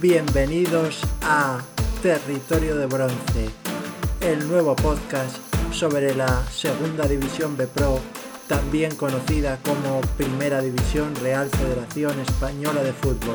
Bienvenidos a Territorio de Bronce, el nuevo podcast sobre la Segunda División B Pro, también conocida como Primera División Real Federación Española de Fútbol.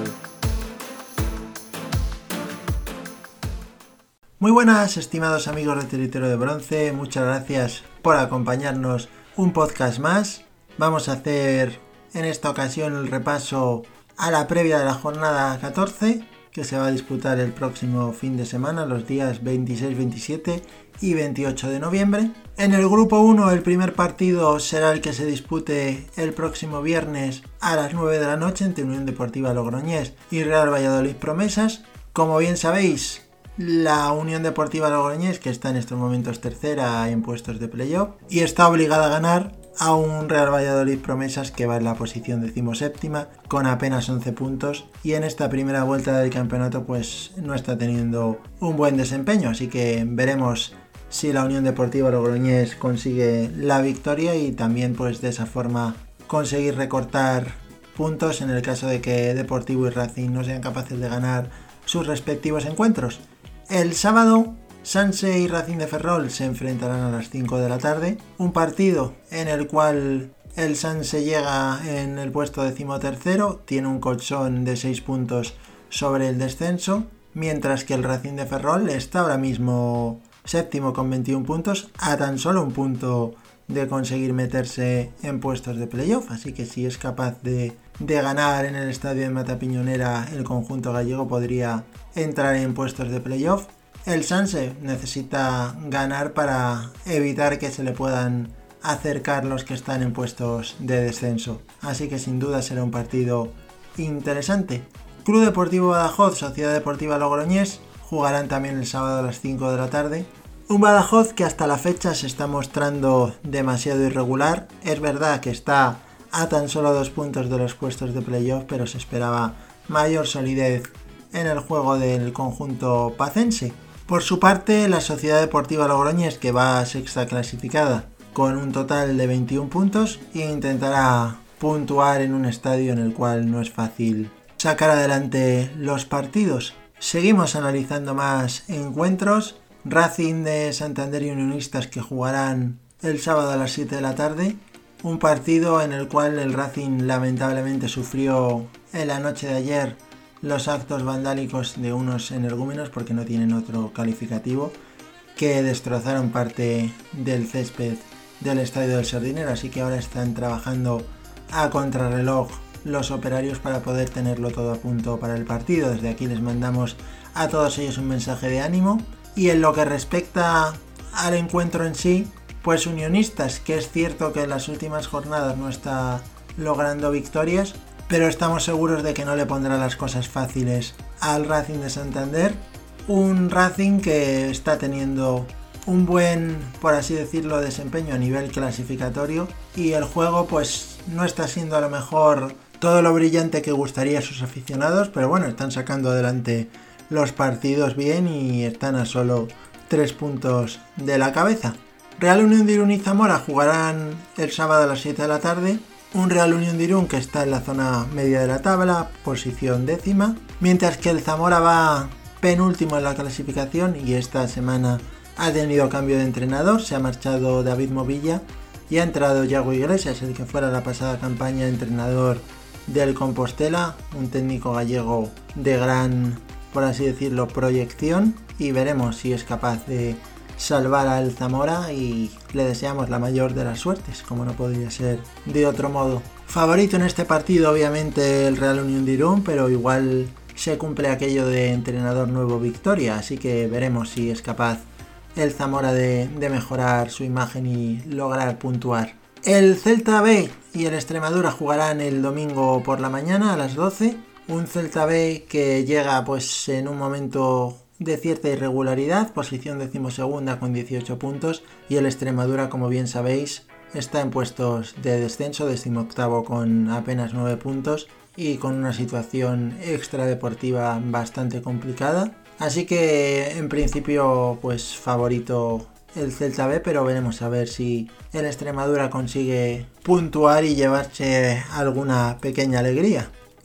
Muy buenas, estimados amigos de Territorio de Bronce, muchas gracias por acompañarnos un podcast más. Vamos a hacer en esta ocasión el repaso a la previa de la jornada 14, que se va a disputar el próximo fin de semana, los días 26, 27 y 28 de noviembre. En el grupo 1, el primer partido será el que se dispute el próximo viernes a las 9 de la noche entre Unión Deportiva Logroñés y Real Valladolid Promesas. Como bien sabéis, la Unión Deportiva Logroñés, que está en estos momentos tercera en puestos de playoff y está obligada a ganar a un Real Valladolid Promesas que va en la posición 17ª con apenas 11 puntos y en esta primera vuelta del campeonato pues no está teniendo un buen desempeño, así que veremos si la Unión Deportiva Logroñés consigue la victoria y también pues de esa forma conseguir recortar puntos en el caso de que Deportivo y Racing no sean capaces de ganar sus respectivos encuentros. El sábado, Sanse y Racing de Ferrol se enfrentarán a las 5 de la tarde, un partido en el cual el Sanse llega en el puesto 13º, tiene un colchón de 6 puntos sobre el descenso, mientras que el Racing de Ferrol está ahora mismo séptimo con 21 puntos, a tan solo un punto de conseguir meterse en puestos de playoff, así que si es capaz de ganar en el estadio de Matapiñonera, el conjunto gallego podría entrar en puestos de playoff. El Sanse necesita ganar para evitar que se le puedan acercar los que están en puestos de descenso, así que sin duda será un partido interesante. Club Deportivo Badajoz, Sociedad Deportiva Logroñés jugarán también el sábado a las 5 de la tarde. Un Badajoz que hasta la fecha se está mostrando demasiado irregular. Es verdad que está a tan solo 2 puntos de los puestos de playoff, pero se esperaba mayor solidez en el juego del conjunto pacense. Por su parte, la Sociedad Deportiva Logroñés, que va sexta clasificada con un total de 21 puntos, intentará puntuar en un estadio en el cual no es fácil sacar adelante los partidos. Seguimos analizando más encuentros. Racing de Santander y Unionistas, que jugarán el sábado a las 7 de la tarde. Un partido en el cual el Racing lamentablemente sufrió en la noche de ayer los actos vandálicos de unos energúmenos, porque no tienen otro calificativo, que destrozaron parte del césped del Estadio del Sardinero, así que ahora están trabajando a contrarreloj los operarios para poder tenerlo todo a punto para el partido. Desde aquí les mandamos a todos ellos un mensaje de ánimo. Y en lo que respecta al encuentro en sí, pues Unionistas, que es cierto que en las últimas jornadas no está logrando victorias, pero estamos seguros de que no le pondrá las cosas fáciles al Racing de Santander. Un Racing que está teniendo un buen, por así decirlo, desempeño a nivel clasificatorio y el juego pues no está siendo a lo mejor todo lo brillante que gustaría a sus aficionados, pero bueno, están sacando adelante los partidos bien y están a solo 3 puntos de la cabeza. Real Unión de Irún y Zamora jugarán el sábado a las 7 de la tarde. Un Real Unión de Irún que está en la zona media de la tabla, posición 10ª, mientras que el Zamora va penúltimo en la clasificación y esta semana ha tenido cambio de entrenador. Se ha marchado David Movilla y ha entrado Yago Iglesias, el que fuera la pasada campaña entrenador del Compostela, un técnico gallego de gran, por así decirlo, proyección, y veremos si es capaz de salvar al Zamora y le deseamos la mayor de las suertes, como no podría ser de otro modo. Favorito en este partido obviamente el Real Unión de Irún, pero igual se cumple aquello de entrenador nuevo victoria, así que veremos si es capaz el Zamora de mejorar su imagen y lograr puntuar. El Celta B y el Extremadura jugarán el domingo por la mañana a las 12. Un Celta B que llega pues en un momento de cierta irregularidad, posición 12ª con 18 puntos, y el Extremadura, como bien sabéis, está en puestos de descenso, 18º con apenas 9 puntos y con una situación extradeportiva bastante complicada. Así que en principio pues favorito el Celta B, pero veremos a ver si el Extremadura consigue puntuar y llevarse alguna pequeña alegría.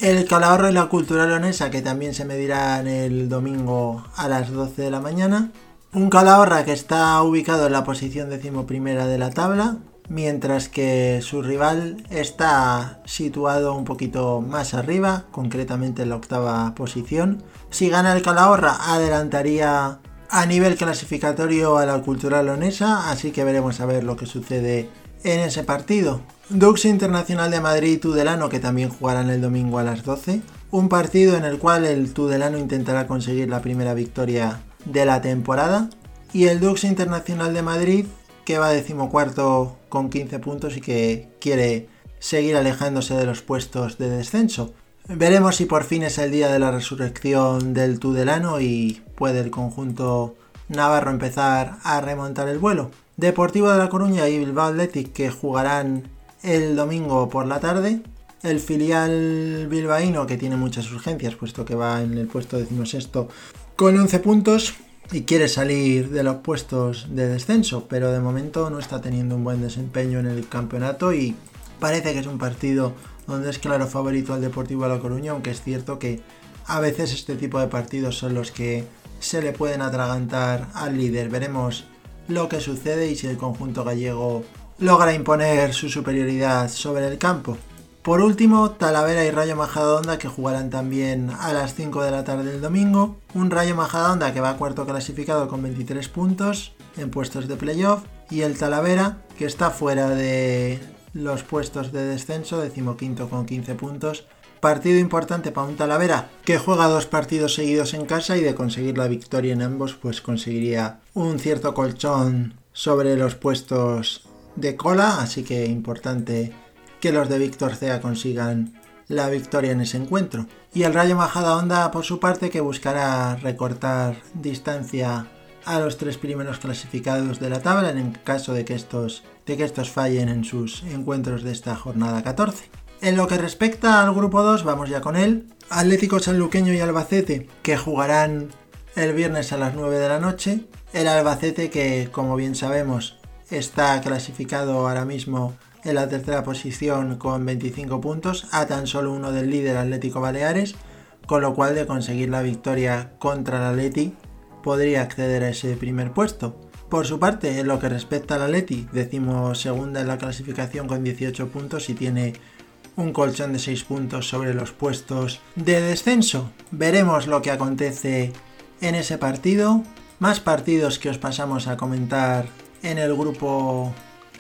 El Calahorra y la Cultural Leonesa, que también se medirán el domingo a las 12 de la mañana. Un Calahorra que está ubicado en la posición 11ª de la tabla, mientras que su rival está situado un poquito más arriba, concretamente en la 8ª posición. Si gana el Calahorra, adelantaría a nivel clasificatorio a la Cultural Leonesa, así que veremos a ver lo que sucede en ese partido. Dux Internacional de Madrid y Tudelano, que también jugarán el domingo a las 12. Un partido en el cual el Tudelano intentará conseguir la primera victoria de la temporada. Y el Dux Internacional de Madrid, que va 14º con 15 puntos y que quiere seguir alejándose de los puestos de descenso. Veremos si por fin es el día de la resurrección del Tudelano y puede el conjunto navarro empezar a remontar el vuelo. Deportivo de La Coruña y Bilbao Athletic, que jugarán el domingo por la tarde. El filial bilbaíno, que tiene muchas urgencias, puesto que va en el puesto 16º con 11 puntos y quiere salir de los puestos de descenso, pero de momento no está teniendo un buen desempeño en el campeonato y parece que es un partido donde es claro favorito al Deportivo de La Coruña, aunque es cierto que a veces este tipo de partidos son los que se le pueden atragantar al líder. Veremos lo que sucede y si el conjunto gallego logra imponer su superioridad sobre el campo. Por último, Talavera y Rayo Majadahonda, que jugarán también a las 5 de la tarde del domingo. Un Rayo Majadahonda que va cuarto clasificado con 23 puntos en puestos de playoff, y el Talavera, que está fuera de los puestos de descenso, 15º con 15 puntos. Partido importante para un Talavera que juega 2 partidos seguidos en casa y de conseguir la victoria en ambos pues conseguiría un cierto colchón sobre los puestos de cola, así que importante que los de Víctor Cea consigan la victoria en ese encuentro. Y el Rayo Majadahonda por su parte, que buscará recortar distancia a los 3 primeros clasificados de la tabla en caso de que estos fallen en sus encuentros de esta jornada 14. En lo que respecta al grupo 2, vamos ya con él. Atlético Sanluqueño y Albacete, que jugarán el viernes a las 9 de la noche. El Albacete, que como bien sabemos está clasificado ahora mismo en la 3ª posición con 25 puntos, a tan solo uno del líder Atlético Baleares, con lo cual de conseguir la victoria contra el Atleti podría acceder a ese primer puesto. Por su parte, en lo que respecta al Atleti, 12ª en la clasificación con 18 puntos y tiene un colchón de 6 puntos sobre los puestos de descenso. Veremos lo que acontece en ese partido. Más partidos que os pasamos a comentar en el grupo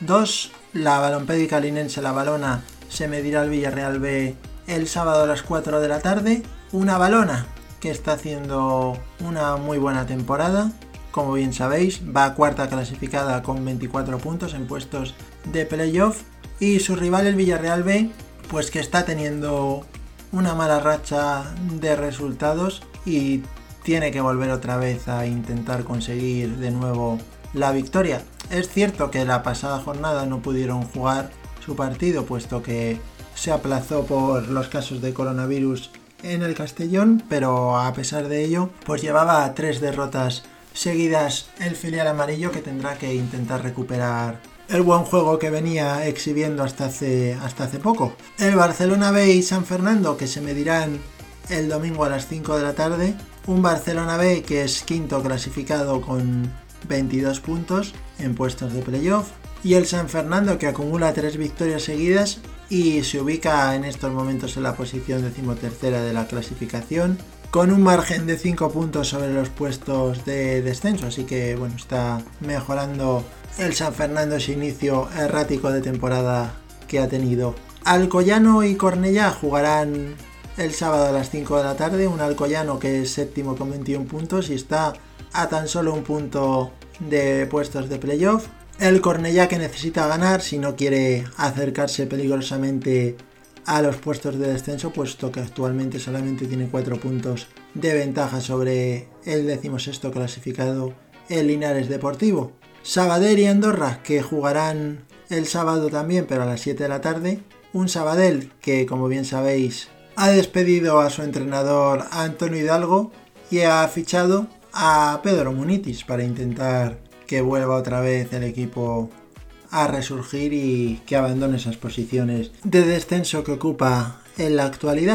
2. La Balompédica Linense La Valona se medirá al Villarreal B el sábado a las 4 de la tarde. Una Valona que está haciendo una muy buena temporada, como bien sabéis, va cuarta clasificada con 24 puntos en puestos de playoff, y su rival el Villarreal B, pues que está teniendo una mala racha de resultados y tiene que volver otra vez a intentar conseguir de nuevo la victoria. Es cierto que la pasada jornada no pudieron jugar su partido, puesto que se aplazó por los casos de coronavirus en el Castellón, pero a pesar de ello, pues llevaba 3 derrotas seguidas el filial amarillo, que tendrá que intentar recuperar el buen juego que venía exhibiendo hasta hace poco. El Barcelona B y San Fernando, que se medirán el domingo a las 5 de la tarde. Un Barcelona B que es quinto clasificado con 22 puntos en puestos de playoff, y el San Fernando, que acumula 3 victorias seguidas y se ubica en estos momentos en la posición 13ª de la clasificación, con un margen de 5 puntos sobre los puestos de descenso, así que bueno, está mejorando el San Fernando ese inicio errático de temporada que ha tenido. Alcoyano y Cornellá jugarán el sábado a las 5 de la tarde. Un Alcoyano que es séptimo con 21 puntos y está a tan solo un punto de puestos de playoff. El Cornellá, que necesita ganar si no quiere acercarse peligrosamente a los puestos de descenso, puesto que actualmente solamente tiene 4 puntos de ventaja sobre el 16º clasificado, el Linares Deportivo. Sabadell y Andorra, que jugarán el sábado también, pero a las 7 de la tarde. Un Sabadell que, como bien sabéis, ha despedido a su entrenador Antonio Hidalgo y ha fichado a Pedro Munitis para intentar que vuelva otra vez el equipo a resurgir y que abandone esas posiciones de descenso que ocupa en la actualidad.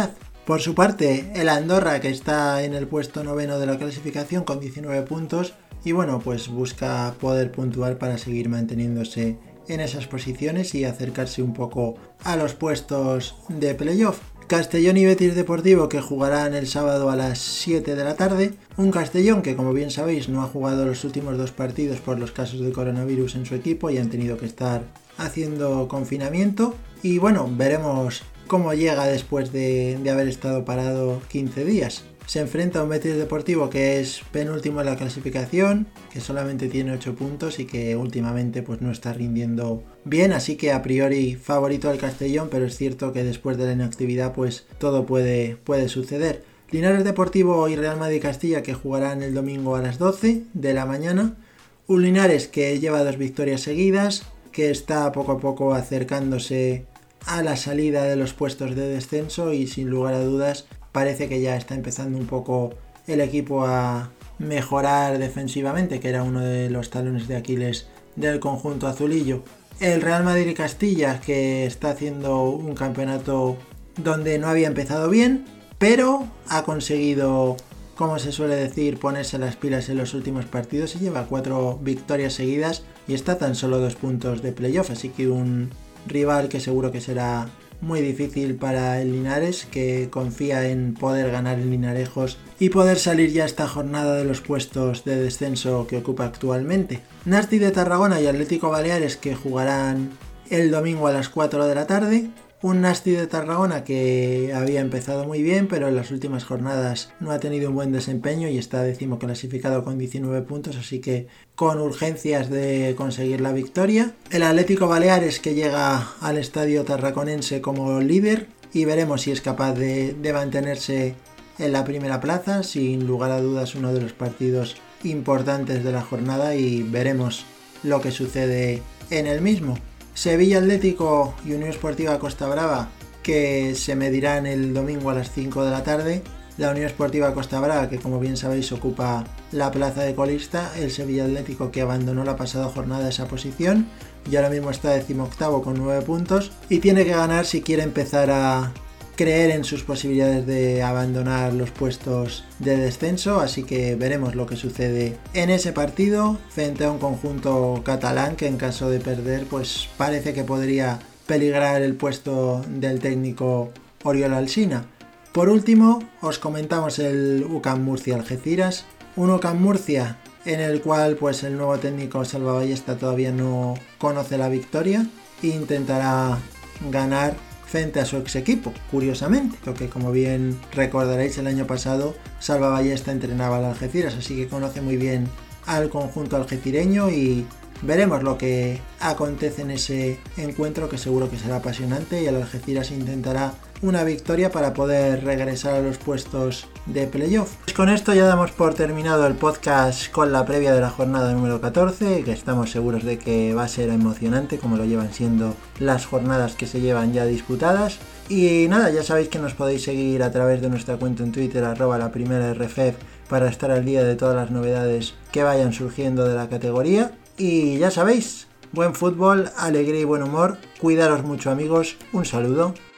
Por su parte, el Andorra, que está en el puesto 9º de la clasificación con 19 puntos y bueno, pues busca poder puntuar para seguir manteniéndose en esas posiciones y acercarse un poco a los puestos de playoff. Castellón y Betis Deportivo, que jugarán el sábado a las 7 de la tarde. Un Castellón que, como bien sabéis, no ha jugado los últimos 2 partidos por los casos de coronavirus en su equipo y han tenido que estar haciendo confinamiento. Y bueno, veremos cómo llega después de haber estado parado 15 días. Se enfrenta a un Betis Deportivo que es penúltimo en la clasificación, que solamente tiene 8 puntos y que últimamente pues no está rindiendo bien, así que a priori favorito al Castellón, pero es cierto que después de la inactividad pues todo puede suceder. Linares Deportivo y Real Madrid Castilla, que jugarán el domingo a las 12 de la mañana. Un Linares que lleva 2 victorias seguidas, que está poco a poco acercándose a la salida de los puestos de descenso y sin lugar a dudas parece que ya está empezando un poco el equipo a mejorar defensivamente, que era uno de los talones de Aquiles del conjunto azulillo. El Real Madrid Castilla, que está haciendo un campeonato donde no había empezado bien, pero ha conseguido, como se suele decir, ponerse las pilas en los últimos partidos y lleva 4 victorias seguidas y está tan solo 2 puntos de playoff, así que un rival que seguro que será muy difícil para el Linares, que confía en poder ganar en Linarejos y poder salir ya esta jornada de los puestos de descenso que ocupa actualmente. Nasti de Tarragona y Atlético Baleares, que jugarán el domingo a las 4 de la tarde. Un Nasti de Tarragona que había empezado muy bien, pero en las últimas jornadas no ha tenido un buen desempeño y está 10º clasificado con 19 puntos, así que con urgencias de conseguir la victoria. El Atlético Baleares, que llega al estadio tarraconense como líder y veremos si es capaz de mantenerse en la primera plaza. Sin lugar a dudas, uno de los partidos importantes de la jornada y veremos lo que sucede en el mismo. Sevilla Atlético y Unión Esportiva Costa Brava, que se medirán el domingo a las 5 de la tarde. La Unión Esportiva Costa Brava, que como bien sabéis ocupa la plaza de colista. El Sevilla Atlético, que abandonó la pasada jornada esa posición y ahora mismo está 18º con 9 puntos y tiene que ganar si quiere empezar a creer en sus posibilidades de abandonar los puestos de descenso, así que veremos lo que sucede en ese partido frente a un conjunto catalán que en caso de perder pues parece que podría peligrar el puesto del técnico Oriol Alsina. Por último, os comentamos el UCAM Murcia Algeciras, un UCAM Murcia en el cual pues el nuevo técnico Salva Ballesta todavía no conoce la victoria e intentará ganar frente a su ex equipo, curiosamente, porque como bien recordaréis el año pasado Salva Ballesta entrenaba al Algeciras, así que conoce muy bien al conjunto algecireño y veremos lo que acontece en ese encuentro, que seguro que será apasionante, y el Algeciras intentará una victoria para poder regresar a los puestos de playoff. Pues con esto ya damos por terminado el podcast con la previa de la jornada número 14, que estamos seguros de que va a ser emocionante como lo llevan siendo las jornadas que se llevan ya disputadas. Y nada, ya sabéis que nos podéis seguir a través de nuestra cuenta en Twitter @laprimerarfef para estar al día de todas las novedades que vayan surgiendo de la categoría. Y ya sabéis, buen fútbol, alegría y buen humor, cuidaros mucho amigos, un saludo.